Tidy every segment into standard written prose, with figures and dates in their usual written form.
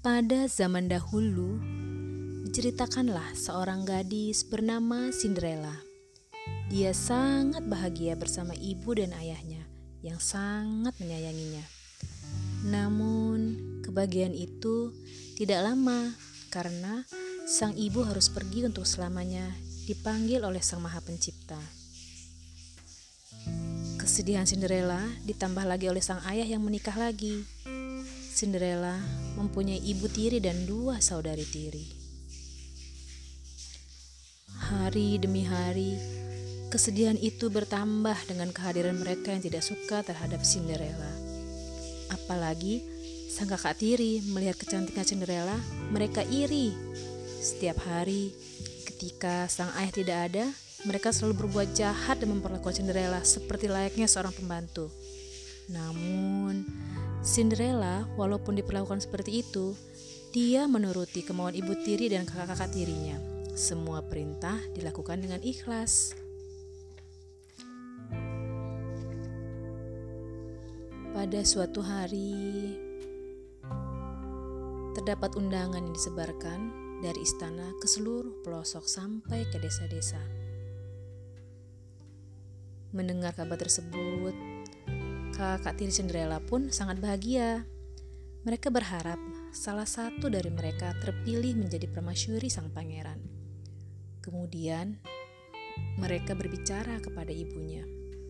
Pada zaman dahulu, diceritakanlah seorang gadis bernama Cinderella. Dia sangat bahagia bersama ibu dan ayahnya yang sangat menyayanginya. Namun, kebahagiaan itu tidak lama karena sang ibu harus pergi untuk selamanya dipanggil oleh Sang Maha Pencipta. Kesedihan Cinderella ditambah lagi oleh sang ayah yang menikah lagi. Cinderella mempunyai ibu tiri dan 2 saudari tiri. Hari demi hari, kesedihan itu bertambah dengan kehadiran mereka yang tidak suka terhadap Cinderella. Apalagi sang kakak tiri melihat kecantikan Cinderella, mereka iri. Setiap hari, ketika sang ayah tidak ada, mereka selalu berbuat jahat dan memperlakukan Cinderella seperti layaknya seorang pembantu. Namun, Cinderella walaupun diperlakukan seperti itu, dia menuruti kemauan ibu tiri dan kakak-kakak tirinya. Semua perintah dilakukan dengan ikhlas. Pada suatu hari, terdapat undangan yang disebarkan dari istana ke seluruh pelosok sampai ke desa-desa. Mendengar kabar tersebut, kakak tiri Cinderella pun sangat bahagia. Mereka berharap salah satu dari mereka terpilih menjadi permasyuri sang pangeran. Kemudian, mereka berbicara kepada ibunya.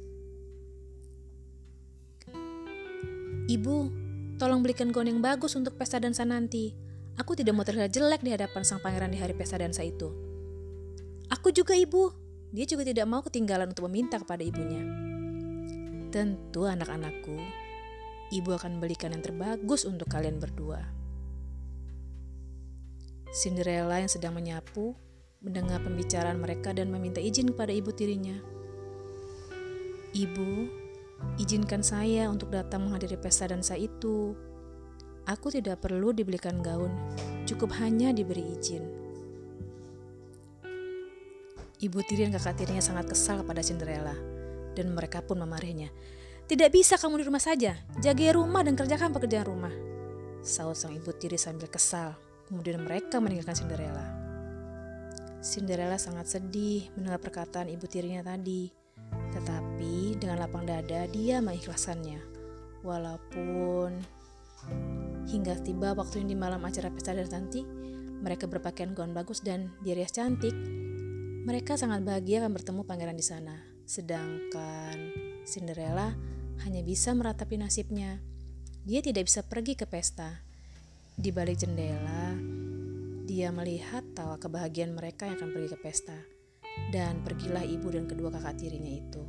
"Ibu, tolong belikan gaun yang bagus untuk pesta dansa nanti. Aku tidak mau terlihat jelek di hadapan sang pangeran di hari pesta dansa itu." "Aku juga, Ibu." Dia juga tidak mau ketinggalan untuk meminta kepada ibunya. "Tentu anak-anakku, ibu akan belikan yang terbagus untuk kalian berdua." Cinderella yang sedang menyapu mendengar pembicaraan mereka dan meminta izin kepada ibu tirinya. "Ibu, izinkan saya untuk datang menghadiri pesta dansa itu. Aku tidak perlu dibelikan gaun, cukup hanya diberi izin." Ibu tiri dan kakak tirinya sangat kesal kepada Cinderella, dan mereka pun memarahinya. "Tidak bisa kamu di rumah saja, jaga rumah dan kerjakan pekerjaan rumah," saut sang ibu tiri sambil kesal. Kemudian mereka meninggalkan Cinderella. Cinderella sangat sedih mendengar perkataan ibu tirinya tadi, tetapi dengan lapang dada dia mengikhlaskannya. Walaupun hingga tiba waktu di malam acara pesta dansa nanti, mereka berpakaian gaun bagus dan dirias cantik. Mereka sangat bahagia akan bertemu pangeran di sana. Sedangkan Cinderella hanya bisa meratapi nasibnya. Dia tidak bisa pergi ke pesta. Di balik jendela, dia melihat tawa kebahagiaan mereka yang akan pergi ke pesta. Dan pergilah ibu dan kedua kakak tirinya itu.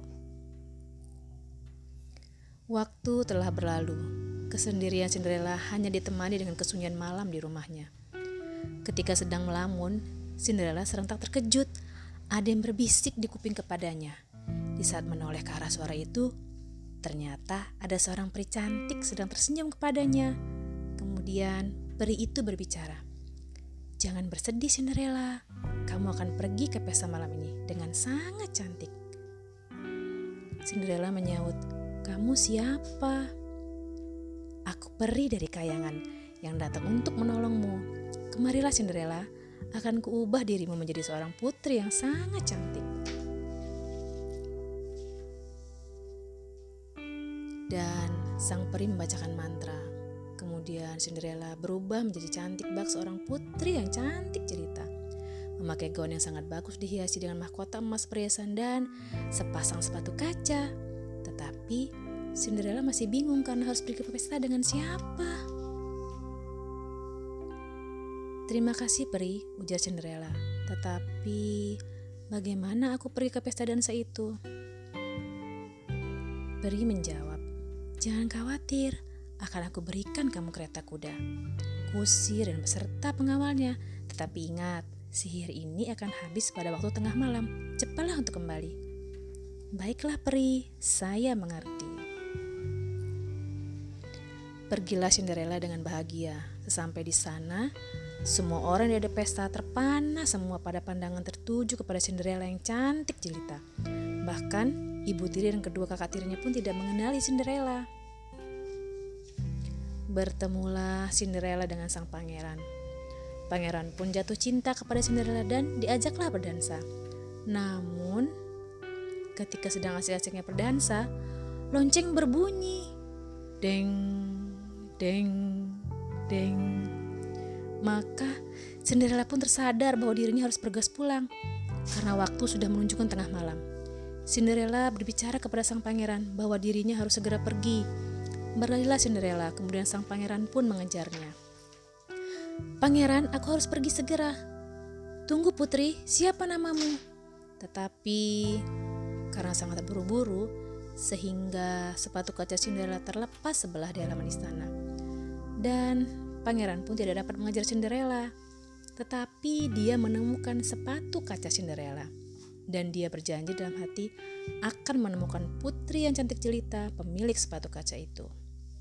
Waktu telah berlalu. Kesendirian Cinderella hanya ditemani dengan kesunyian malam di rumahnya. Ketika sedang melamun, Cinderella serentak terkejut. Ada yang berbisik di kuping kepadanya. Di saat menoleh ke arah suara itu, ternyata ada seorang peri cantik sedang tersenyum kepadanya. Kemudian peri itu berbicara, "Jangan bersedih Cinderella, kamu akan pergi ke pesta malam ini dengan sangat cantik." Cinderella menyaut, "Kamu siapa?" "Aku peri dari kayangan yang datang untuk menolongmu. Kemarilah Cinderella, akan kuubah dirimu menjadi seorang putri yang sangat cantik." Dan sang peri membacakan mantra. Kemudian Cinderella berubah menjadi cantik bak seorang putri yang cantik jelita. Memakai gaun yang sangat bagus dihiasi dengan mahkota emas perhiasan dan sepasang sepatu kaca. Tetapi Cinderella masih bingung karena harus pergi ke pesta dengan siapa. "Terima kasih peri," ujar Cinderella. "Tetapi bagaimana aku pergi ke pesta dansa itu?" Peri menjawab, "Jangan khawatir, akan aku berikan kamu kereta kuda, kusir dan beserta pengawalnya. Tetapi ingat, sihir ini akan habis pada waktu tengah malam. Cepatlah untuk kembali." "Baiklah peri, saya mengerti." Pergilah Cinderella dengan bahagia. Sesampai di sana, semua orang di ada pesta terpana semua pada pandangan tertuju kepada Cinderella yang cantik jelita. Bahkan ibu tiri dan kedua kakak tirinya pun tidak mengenali Cinderella. bertemulah Cinderella dengan sang pangeran. Pangeran pun jatuh cinta kepada Cinderella dan diajaklah berdansa. Namun, ketika sedang asik-asiknya berdansa, lonceng berbunyi. Deng, deng, deng. Maka Cinderella pun tersadar bahwa dirinya harus bergegas pulang karena waktu sudah menunjukkan tengah malam. Cinderella berbicara kepada sang pangeran bahwa dirinya harus segera pergi. Berlarilah Cinderella, kemudian sang pangeran pun mengejarnya. "Pangeran, aku harus pergi segera." "Tunggu putri, siapa namamu?" Tetapi karena sangat buru-buru, sehingga sepatu kaca Cinderella terlepas sebelah di halaman istana. Dan pangeran pun tidak dapat mengejar Cinderella. Tetapi dia menemukan sepatu kaca Cinderella. Dan dia berjanji dalam hati akan menemukan putri yang cantik jelita, pemilik sepatu kaca itu.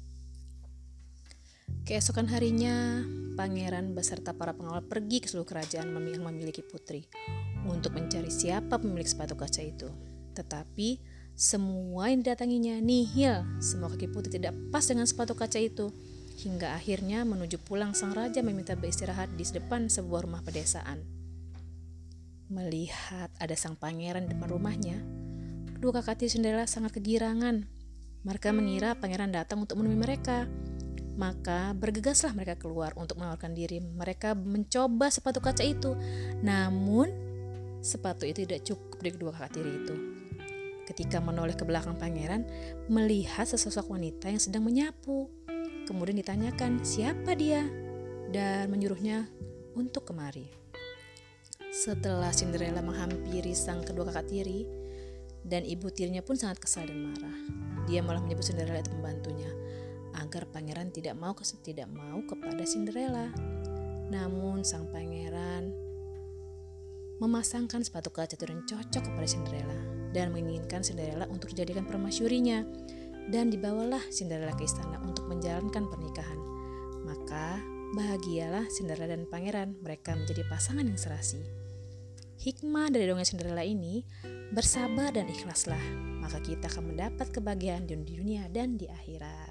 Keesokan harinya, pangeran beserta para pengawal pergi ke seluruh kerajaan yang memiliki putri untuk mencari siapa pemilik sepatu kaca itu. Tetapi semua yang didatanginya nihil, semua kaki putri tidak pas dengan sepatu kaca itu. Hingga akhirnya menuju pulang sang raja meminta beristirahat di depan sebuah rumah pedesaan. Melihat ada sang pangeran di depan rumahnya, kedua kakak tiri Cinderella sangat kegirangan. Mereka mengira pangeran datang untuk menemui mereka. Maka bergegaslah mereka keluar untuk menawarkan diri. Mereka mencoba sepatu kaca itu. Namun sepatu itu tidak cukup di kedua kakak tiri itu. Ketika menoleh ke belakang pangeran, melihat sesosok wanita yang sedang menyapu. Kemudian ditanyakan siapa dia dan menyuruhnya untuk kemari. Setelah Cinderella menghampiri sang kedua kakak tiri, dan ibu tirinya pun sangat kesal dan marah. Dia malah menyebut Cinderella itu pembantunya agar pangeran tidak mau kepada Cinderella. Namun sang pangeran memasangkan sepatu kaca itu dan cocok kepada Cinderella dan menginginkan Cinderella untuk dijadikan permasyurinya. Dan dibawalah Cinderella ke istana untuk menjalankan pernikahan. Maka bahagialah Cinderella dan pangeran, mereka menjadi pasangan yang serasi. Hikmah dari dongeng Cinderella ini, bersabar dan ikhlaslah, maka kita akan mendapat kebahagiaan di dunia dan di akhirat.